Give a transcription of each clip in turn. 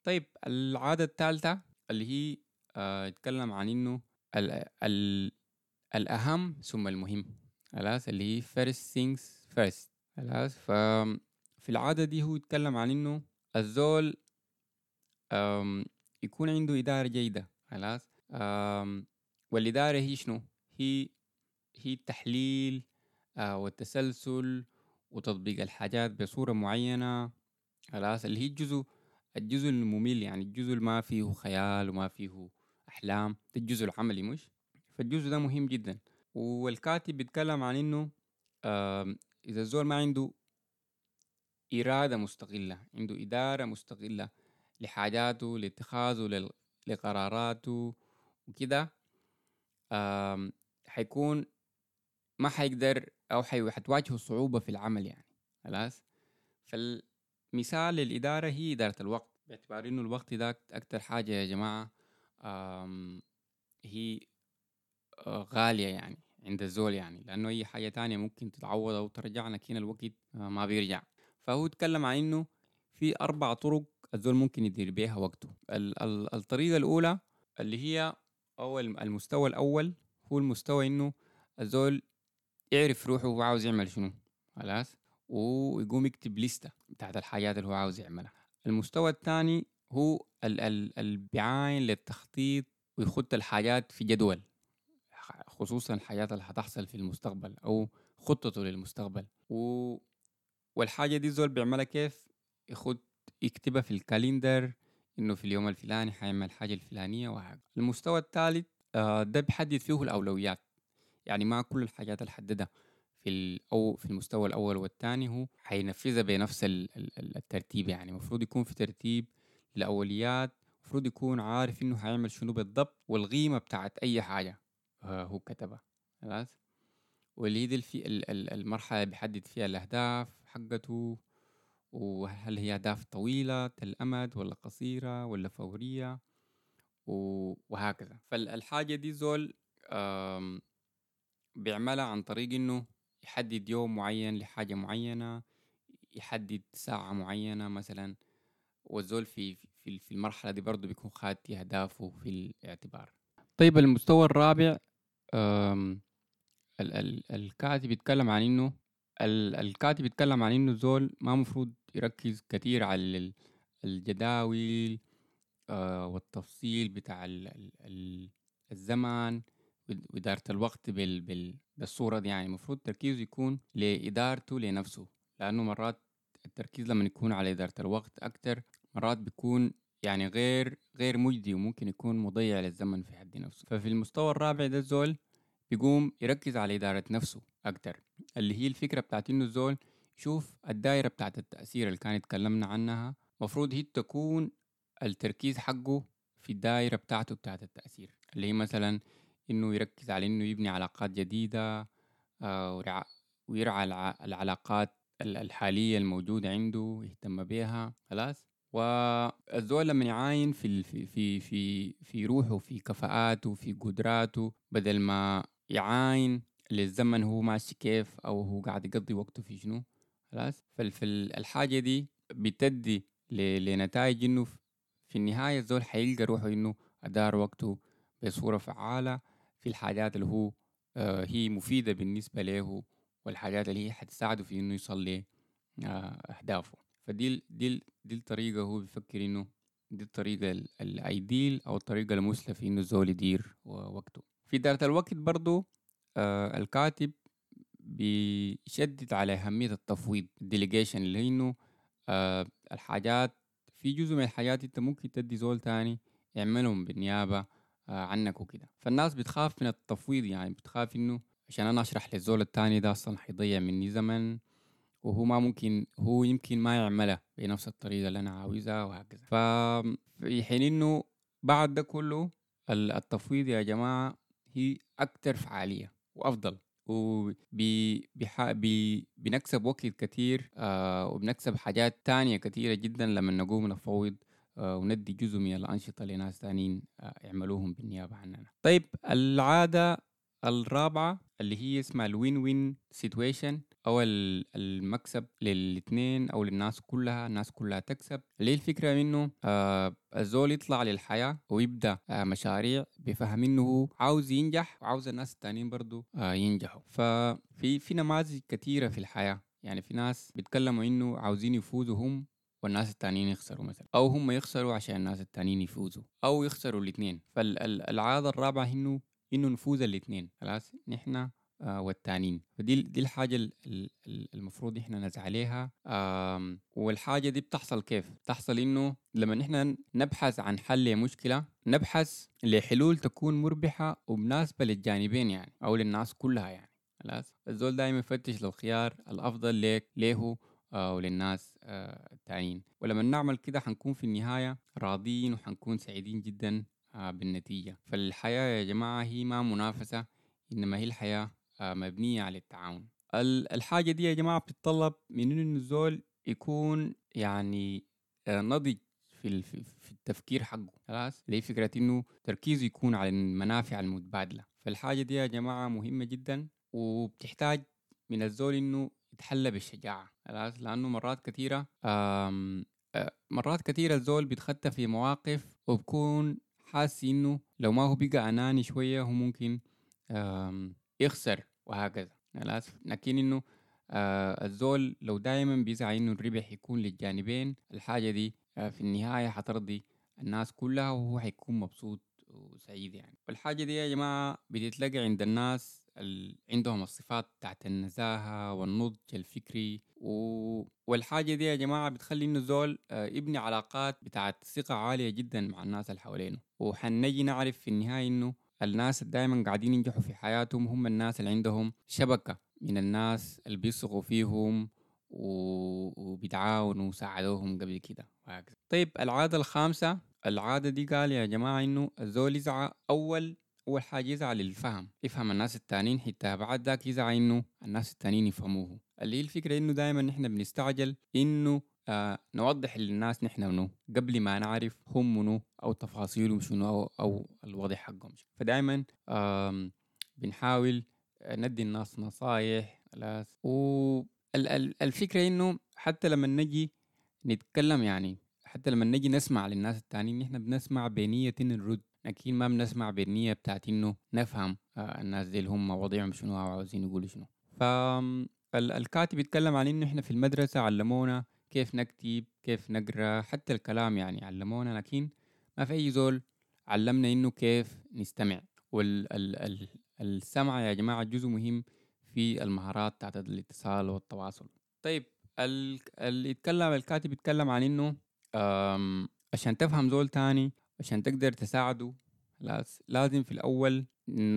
طيب العادة الثالثة اللي هي يتكلم عن إنه ال ال الأهم ثم المهم. خلاص اللي هي first things first. خلاص ففي العادة دي هو يتكلم عن إنه الزول آم، يكون عنده إدارة جيدة. خلاص والإدارة هي شنو؟ هي التحليل والتسلسل وتطبيق الحاجات بصورة معينة. خلاص اللي هي الجزء الممل، يعني الجزء اللي ما فيه خيال وما فيه أحلام، ده الجزء العملي مش. فالجزء ده مهم جدا. والكاتب بيتكلم عن إنه إذا الزول ما عنده إرادة مستقلة، عنده إدارة مستقلة لحاجاته لاتخاذه لقراراته وكده، حيكون ما حيقدر أو حتواجهه صعوبة في العمل يعني. خلاص فالمثال للإدارة هي إدارة الوقت، باعتبار إنه الوقت ده أكتر حاجة يا جماعة هي غالية يعني عند الزول، يعني لأنه أي حاجة تانية ممكن تتعوض أو ترجع، لكن الوقت ما بيرجع. فهو اتكلم عن إنه في 4 طرق الزول ممكن يدير بيها وقته. الطريقة الأولى اللي هي أول المستوى الأول، هو المستوى إنه الزول يعرف روحه هو عاوز يعمل شنو. خلاص ويقوم يكتب لستة بتاعت الحاجات اللي هو عاوز يعملها. المستوى الثاني هو بيعاين للتخطيط ويخط الحاجات في جدول، خصوصا الحاجات اللي هتحصل في المستقبل أو خطته للمستقبل. والحاجة دي زول بيعملها كيف؟ يكتبها في الكاليندر إنه في اليوم الفلاني حيعمل الحاجة الفلانية وهكذا. المستوى الثالث ده بيحدد فيه الأولويات، يعني ما كل الحاجات اللي حددها أو في المستوى الأول والثاني هو حينفذها بنفس الترتيب. يعني المفروض يكون في ترتيب الأولويات، المفروض يكون عارف إنه هيعمل شنو بالضبط والقيمة بتاعت أي حاجة هو كتبها. خلاص واللي هي دي المرحلة اللي بيحدد فيها الأهداف حقته، وهل هي أهداف طويلة الأمد ولا قصيرة ولا فورية وهكذا. فالحاجة دي زول بيعملها عن طريق إنه يحدد يوم معين لحاجة معينة، يحدد ساعة معينة مثلا. والزول في المرحلة دي برضه بيكون خاتي أهدافه في الاعتبار. طيب المستوى الرابع، آم، الكاتب يتكلم عن إنه الكاتب يتكلم عن إنه الزول ما مفروض يركز كتير على الجداول والتفصيل بتاع الزمن وإدارة الوقت بالصورة دي. يعني المفروض تركيزه يكون لإدارته لنفسه، لأنه مرات التركيز لما يكون على إدارة الوقت أكتر مرات بيكون يعني غير مجدي، وممكن يكون مضيع للزمن في حد نفسه. ففي المستوى الرابع ده الزول بيقوم يركز على إدارة نفسه أكتر، اللي هي الفكرة بتاعت إنه الزول يشوف الدائرة بتاعت التأثير اللي كانت اتكلمنا عنها، مفروض هي تكون التركيز حقه في الدائرة بتاعته بتاعت التأثير، اللي هي مثلا إنه يركز على إنه يبني علاقات جديدة ويرعى العلاقات الحالية الموجودة عنده، يهتم بيها. خلاص والزول لما يعاين في روحه، في كفاءاته، في قدراته، بدل ما يعاين للزمن هو ماشي كيف أو هو قاعد يقضي وقته في شنو. خلاص الحاجة دي بتدي لنتائج إنه في النهاية الزول حيلقى روحه إنه أدار وقته بصورة فعالة في الحاجات اللي هو هي مفيدة بالنسبة له، والحاجات اللي هي حتساعده في إنه يصل لأهدافه. دي الطريقة هو بيفكر إنه دي الطريقة الأيديل أو الطريقة المثلى في إنه الزول يدير وقته. في إدارة الوقت برضو الكاتب بيشدد على أهمية التفويض الديليجيشن، اللي هي إنه الحاجات في جزء من الحاجات أنت ممكن تدي زول تاني يعملهم بالنيابة عنك وكده. فالناس بتخاف من التفويض، يعني بتخاف إنه عشان أنا أشرح للزول التاني ده أصلا حيضيع مني زمن، وهو ما ممكن، هو يمكن ما يعملها بنفس الطريقة اللي أنا عاوزها وهكذا. ففي حين إنه بعد ده كله التفويض يا جماعة هي أكتر فعالية وأفضل، وبنكسب وقت كتير وبنكسب حاجات تانية كتيرة جدا لما نقوم نفوض وندي جزء من الأنشطة لناس تانيين يعملوهم بالنيابة عننا. طيب العادة الرابعة اللي هي اسمها الوين وين سيتويشن أو المكسب للاتنين أو للناس كلها، الناس كلها تكسب. اللي هي الفكرة منه الزول يطلع للحياة ويبدأ مشاريع بفهم إنه هو عاوز ينجح وعاوز الناس التانيين برضو ينجحوا. ففي نماذج كثيرة في الحياة، يعني في ناس بيتكلموا إنه عاوزين يفوزوا هم والناس التانيين يخسروا مثلا، أو هم يخسروا عشان الناس التانيين يفوزوا، أو يخسروا الاثنين. فالعادة الرابعة إنه نفوز الاثنين، خلاص نحن والتانيين. فدي الحاجة المفروض إحنا نسعى عليها. والحاجة دي بتحصل كيف؟ بتحصل إنه لما نحن نبحث عن حل لمشكلة، نبحث لحلول تكون مربحة ومناسبة للجانبين يعني، أو للناس كلها يعني. خلاص الزول دائما يفتش للخيار الأفضل ليك ليه وللناس التانيين. ولما نعمل كده حنكون في النهاية راضيين وحنكون سعيدين جدا بالنتيجة. فالحياة يا جماعة هي ما منافسة، إنما هي الحياة مبنية على التعاون. الحاجة دي يا جماعة بتتطلب من إنه الزول يكون يعني نضج في التفكير حقه. خلاص ليه فكرة إنه تركيزه يكون على المنافع المتبادلة. فالحاجة دي يا جماعة مهمة جدا، وبتحتاج من الزول إنه يتحلى بالشجاعة. خلاص لأنه مرات كثيرة الزول بيتخطى في مواقف وبكون حاسس إنه لو ما هو بقى أناني شوية هو ممكن يخسر وهكذا. خلاص لكن إنه الزول لو دائما بيسعى إنه الربح يكون للجانبين، الحاجة دي في النهاية حترضي الناس كلها وهو حيكون مبسوط وسعيد يعني. والحاجة دي يا جماعة بتتلقى عند الناس اللي عندهم الصفات بتاعت النزاهة والنضج الفكري والحاجة دي يا جماعة بتخلي إنه الزول يبني علاقات بتاعت ثقة عالية جدا مع الناس اللي حوالينه. وحنجي نعرف في النهاية إنه الناس اللي دايما قاعدين ينجحوا في حياتهم هم الناس اللي عندهم شبكة من الناس اللي بيثقوا فيهم وبيتعاونوا وساعدوهم قبل كده وهكذا. طيب العادة الخامسة، العادة دي قال يا جماعة إنه الزول يسعى أول حاجة يسعى للفهم، يفهم الناس التانيين حتى بعد ذاك يسعى إنه الناس التانيين يفهموه. اللي هي الفكرة إنه دائما نحن بنستعجل إنه نوضح للناس نحن منو قبل ما نعرف هم منو أو تفاصيلهم شنو أو الوضع حقهم. فدائما بنحاول ندي الناس نصايح. خلاص والفكرة إنه حتى لما نجي نتكلم يعني، حتى لما نجي نسمع للناس التانيين نحن بنسمع بنية إن نرد، لكن ما بنسمع بنية بتاعت إنه نفهم الناس دي اللي هم وضعهم شنو أو عاوزين يقولوا شنو. فالكاتب يتكلم عن إنه إحنا في المدرسة علمونا كيف نكتب كيف نقرأ، حتى الكلام يعني علمونا، لكن ما في أي زول علمنا إنه كيف نستمع. والسمع يا جماعة جزء مهم في المهارات بتاعت الاتصال والتواصل. طيب الكاتب يتكلم عن إنه عشان تفهم زول تاني، عشان تقدر تساعده، لازم في الأول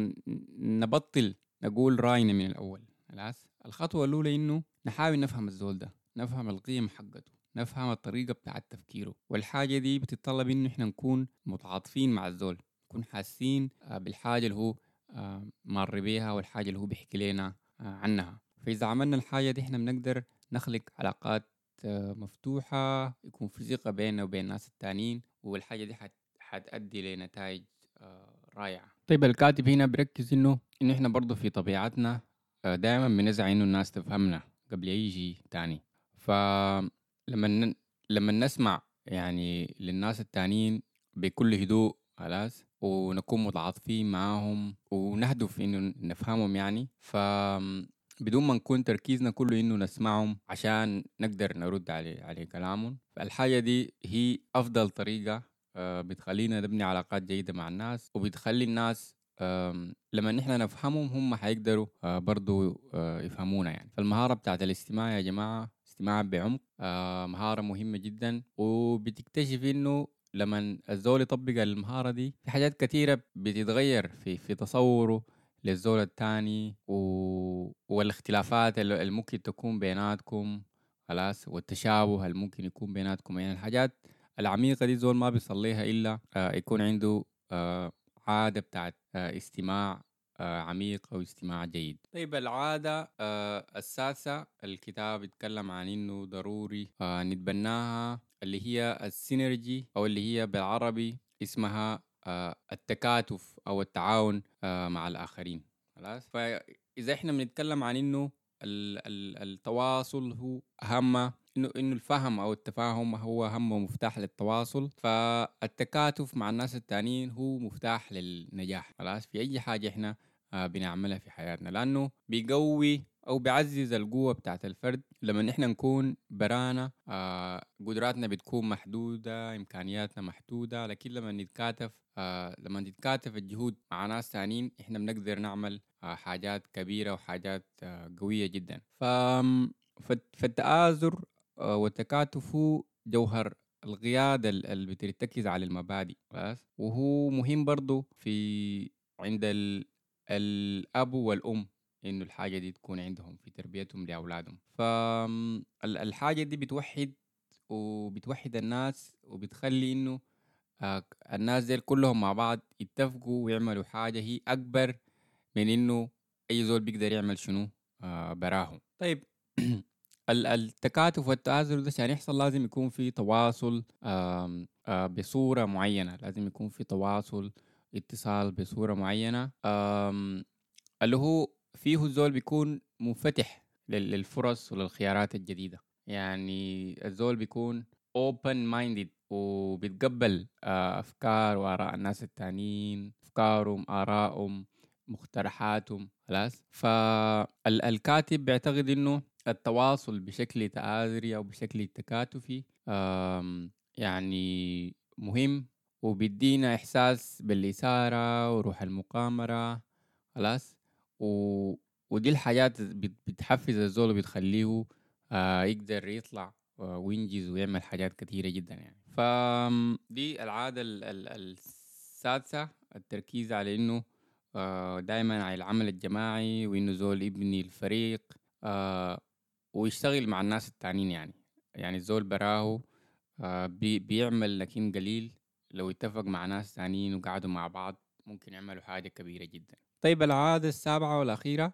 نبطل نقول رأينا من الأول. خلاص الخطوة الأولى إنه نحاول نفهم الزول ده، نفهم القيم حقته، نفهم الطريقة بتاعت تفكيره. والحاجة دي بتتطلب إنه إحنا نكون متعاطفين مع الزول، نكون حاسين بالحاجة اللي هو مر بيها والحاجة اللي هو بيحكي لنا عنها. فإذا عملنا الحاجة دي إحنا بنقدر نخلق علاقات مفتوحة، يكون في ثقة بيننا وبين الناس التانيين، والحاجة دي حتأدي لنتائج رائعة. طيب الكاتب هنا بركز إنه إحنا برضو في طبيعتنا دائما بنسعى إنه الناس تفهمنا قبل أي شيء تاني. فلما لما نسمع يعني للناس التانيين بكل هدوء، خلاص، ونكون متعاطفين معاهم ونهدف إنه نفهمهم يعني، بدون ما نكون تركيزنا كله إنه نسمعهم عشان نقدر نرد على كلامهم. فالحاجة دي هي أفضل طريقة بتخلينا نبني علاقات جيدة مع الناس، وبتخلي الناس لما نحن نفهمهم هم حيقدروا برضو يفهمونا يعني. فالمهارة بتاعت الاستماع يا جماعة، استماع بعمق، مهارة مهمة جدا. وبتكتشف إنه لما الزول يطبق المهارة دي في حاجات كتيرة بتتغير في تصوره للزول التاني والاختلافات اللي ممكن تكون بيناتكم، خلاص، والتشابه اللي ممكن يكون بيناتكم. يعني الحاجات العميقة دي الزول ما بيصليها إلا يكون عنده عادة بتاعت استماع عميق أو استماع جيد. طيب العادة السادسة الكتاب يتكلم عن إنه ضروري نتبناها، اللي هي السينرجي، أو اللي هي بالعربي اسمها التكاتف أو التعاون مع الآخرين. خلاص فإذا إحنا بنتكلم عن إنه التواصل هو أهم، إنه الفهم أو التفاهم هو أهم مفتاح للتواصل. فالتكاتف مع الناس التانيين هو مفتاح للنجاح خلاص في أي حاجة إحنا بنعملها في حياتنا، لأنه بيقوي أو بيعزز القوة بتاعت الفرد. لما إحنا نكون برانا قدراتنا بتكون محدودة، إمكانياتنا محدودة، لكن لما نتكاتف الجهود مع ناس تانيين إحنا بنقدر نعمل حاجات كبيرة وحاجات قوية جدا. فالتآزر والتكاتف هو جوهر القيادة اللي بترتكز على المبادئ بس، وهو مهم برضو في عند الأب والأم، إنه الحاجة دي تكون عندهم في تربيتهم لأولادهم. فالحاجة دي بتوحد الناس وبتخلي إنه الناس دي كلهم مع بعض يتفقوا ويعملوا حاجة هي أكبر من إنه أي زول بيقدر يعمل شنو براهم. طيب التكاتف والتآزر ده عشان يحصل لازم يكون في تواصل بصورة معينة، لازم يكون في تواصل اتصال بصورة معينة، اللي هو فيه الزول بيكون منفتح للفرص وللخيارات الجديدة. يعني الزول بيكون open minded وبيتقبل أفكار وآراء الناس التانيين، أفكارهم آرائهم مقترحاتهم خلاص. فالكاتب بيعتقد إنه التواصل بشكل تآزري أو بشكل تكاتفي يعني مهم، وبيدينا إحساس بالإثارة وروح المقامرة خلاص. و... ودي الحاجات بتحفز الزول وبتخليه يقدر يطلع وينجز ويعمل حاجات كثيرة جدا يعني. فدي العادة السادسة، التركيز على إنه دائما على العمل الجماعي، وإنه زول يبني الفريق ويشتغل مع الناس التانيين. يعني الزول براه بيعمل لكن قليل، لو اتفق مع ناس تانيين وقعدوا مع بعض ممكن يعملوا حاجة كبيرة جدا. طيب العادة السابعة والأخيرة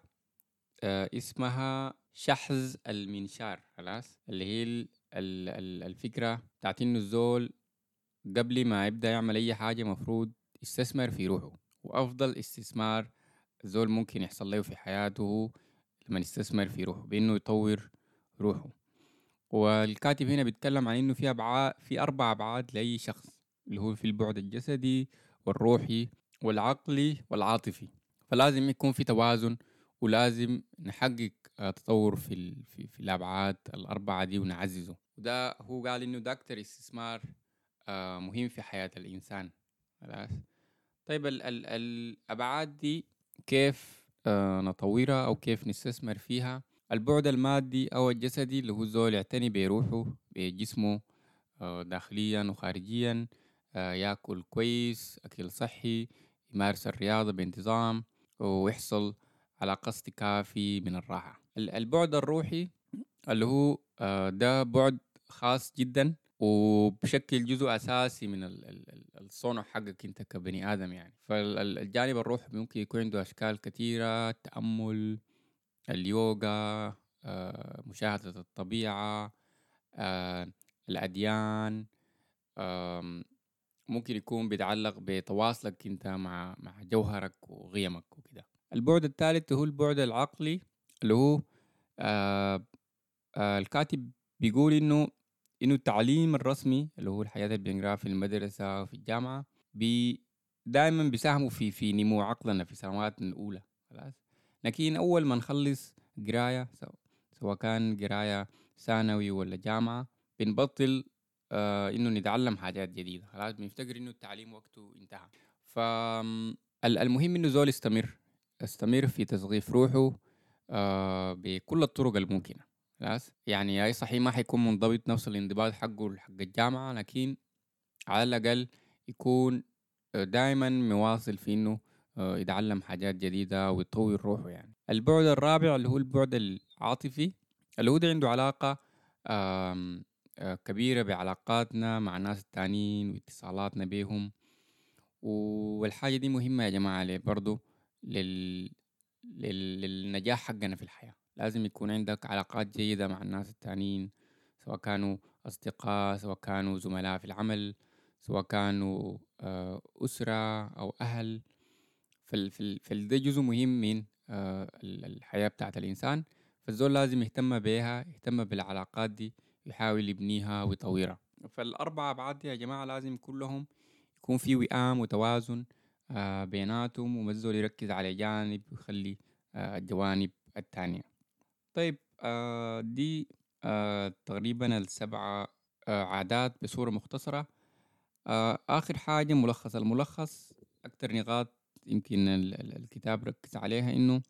اسمها شحذ المنشار خلاص، اللي هي الفكرة بتاعت إنه الزول قبل ما يبدأ يعمل أي حاجة مفروض يستثمر في روحه. وأفضل استثمار الزول ممكن يحصل له في حياته لما يستثمر في روحه بإنه يطور روحه. والكاتب هنا بيتكلم عن إنه في 4 أبعاد لأي شخص، اللي هو في البعد الجسدي والروحي والعقلي والعاطفي. فلازم يكون في توازن، ولازم نحقق تطور في الأبعاد ال4 دي ونعززه. وده هو قال إنه ده أكتر استثمار مهم في حياة الإنسان خلاص. طيب الأبعاد دي كيف نطورها أو كيف نستثمر فيها؟ البعد المادي أو الجسدي، اللي هو الزول يعتني بروحه بجسمه داخليا وخارجيا، يأكل كويس أكل صحي، يمارس الرياضة بانتظام، ويحصل على قسط كافي من الراحة. البعد الروحي اللي هو ده بعد خاص جدا وبشكل جزء أساسي من الصنع حقك أنت كبني آدم. يعني فالجانب الروحي ممكن يكون عنده أشكال كثيرة: التأمل، اليوغا، مشاهدة الطبيعة، آه، الأديان، ممكن يكون بيتعلق بتواصلك انت مع جوهرك وقيمك وكده. البعد الثالث هو البعد العقلي، اللي هو آه الكاتب بيقول انه التعليم الرسمي اللي هو الحياة اللي بنقراها في المدرسة وفي الجامعة دائما بيساهموا في نمو عقلنا في سنواتنا الأولى خلاص. لكن أول ما نخلص قراية، سواء كان قراية ثانوي ولا جامعة، بنبطل إنه نتعلم حاجات جديدة خلاص، بنفتكر إنه التعليم وقته انتهى. فالمهم إنه زول يستمر في تصغيف روحه بكل الطرق الممكنة خلاص. يعني أي صحيح ما حيكون منضبط نفس الانضباط حقه حق الجامعة، لكن على الأقل يكون دائما مواصل في إنه يتعلم حاجات جديدة ويطور روحه. يعني البعد الرابع اللي هو البعد العاطفي، اللي هو ده عنده علاقة كبيرة بعلاقاتنا مع الناس التانيين واتصالاتنا بيهم. والحاجة دي مهمة يا جماعة ليه برضو للنجاح حقنا في الحياة. لازم يكون عندك علاقات جيدة مع الناس التانيين، سواء كانوا أصدقاء، سواء كانوا زملاء في العمل، سواء كانوا أسرة أو أهل. فده جزء مهم من الحياة بتاعت الإنسان. فالزول لازم يهتم بيها، يهتم بالعلاقات دي، يحاول يبنيها ويطورها. فالأربعة أبعاد دي يا جماعة لازم كلهم يكون في وئام وتوازن بيناتهم، وما الزول يركز على جانب ويخلي الجوانب التانية. طيب دي تقريبا السبعة عادات بصورة مختصرة. آخر حاجة ملخص. الملخص أكتر نقاط يمكن الكتاب ركز عليها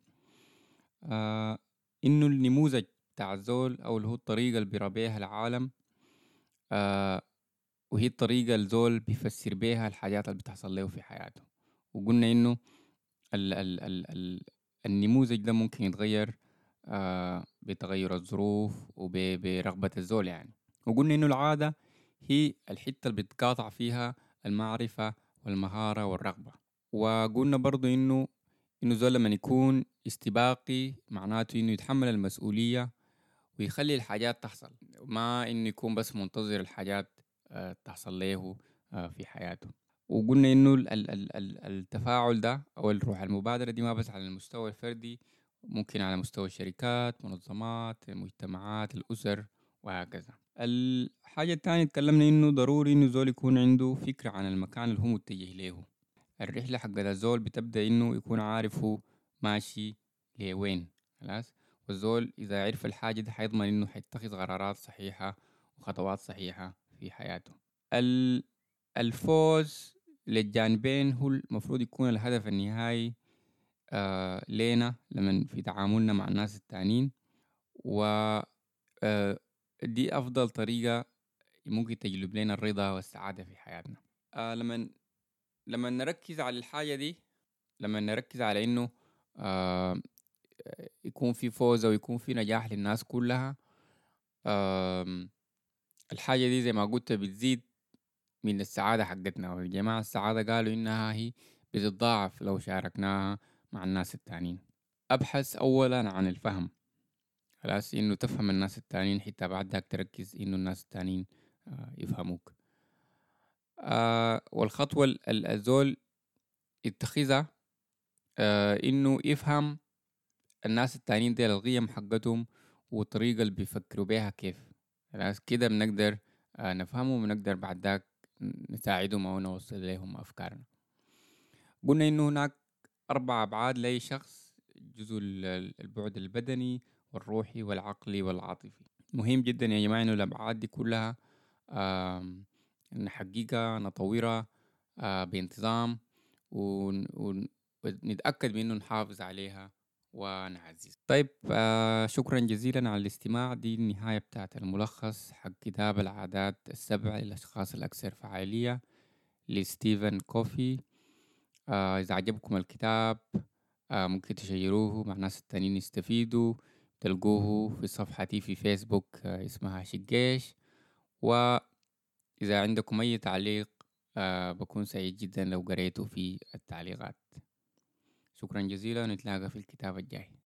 آه إنه النموذج بتاع الزول أو اللي هو الطريقة اللي بيرى بيها العالم، آه وهي الطريقة الزول بيفسر بيها الحاجات اللي بتحصل له في حياته. وقلنا إنه ال ال ال ال النموذج ده ممكن يتغير بتغير الظروف وبرغبة الزول يعني. وقلنا إنه العادة هي الحتة اللي بتقاطع فيها المعرفة والمهارة والرغبة. وقلنا برضو إنه زول لما يكون استباقي معناته إنه يتحمل المسؤولية ويخلي الحاجات تحصل، ما إنه يكون بس منتظر الحاجات تحصل له في حياته. وقلنا إنه التفاعل ده أو الروح المبادرة دي ما بس على المستوى الفردي، ممكن على مستوى الشركات، منظمات، المجتمعات، الأسر، وهكذا. الحاجة التانية اتكلمنا إنه ضروري إنه زول يكون عنده فكرة عن المكان اللي هو متجه له. الرحلة حق الزول بتبدأ إنه يكون عارف هو ماشي لوين. خلاص. والزول إذا عرف الحاجة دي حيضمن إنه حيتخذ قرارات صحيحة وخطوات صحيحة في حياته. الفوز للجانبين هو المفروض يكون الهدف النهائي لينا لمن في تعاملنا مع الناس التانيين. و دي أفضل طريقة ممكن تجلب لنا الرضا والسعادة في حياتنا. لما نركز على الحاجة دي، لما نركز على إنه آه يكون في فوز أو يكون في نجاح للناس كلها، الحاجة دي زي ما قلت بتزيد من السعادة حقتنا. والجماعة السعادة قالوا إنها هي بتتضاعف لو شاركناها مع الناس التانيين. أبحث أولا عن الفهم. خلاص، إنه تفهم الناس التانيين حتى بعد ذاك تركز إنه الناس التانيين يفهموك. والخطوة الزول يتخذها إنه يفهم الناس التانيين دي القيم حقتهم والطريقة اللي بيفكروا بيها كيف. خلاص كده بنقدر نفهمهم ونقدر بعد ذاك نساعدهم أو نوصل لهم أفكارنا. قلنا إنه هناك 4 أبعاد لأي شخص: جزء البعد البدني والروحي والعقلي والعاطفي. مهم جدا يا جماعة إنه الأبعاد دي كلها نحققها، نطورها بانتظام، ونتأكد من إنه نحافظ عليها ونعزز. طيب شكرا جزيلا على الاستماع. دي النهاية بتاعت الملخص حق كتاب العادات السبع للأشخاص الأكثر فعالية لستيفن كوفي. إذا عجبكم الكتاب ممكن تشيروه مع ناس التانيين يستفيدوا. تلقوه في صفحتي في فيسبوك اسمها شقيش. وإذا عندكم أي تعليق بكون سعيد جدا لو قريته في التعليقات. شكرا جزيلا، ونتلاقى في الكتاب الجاي.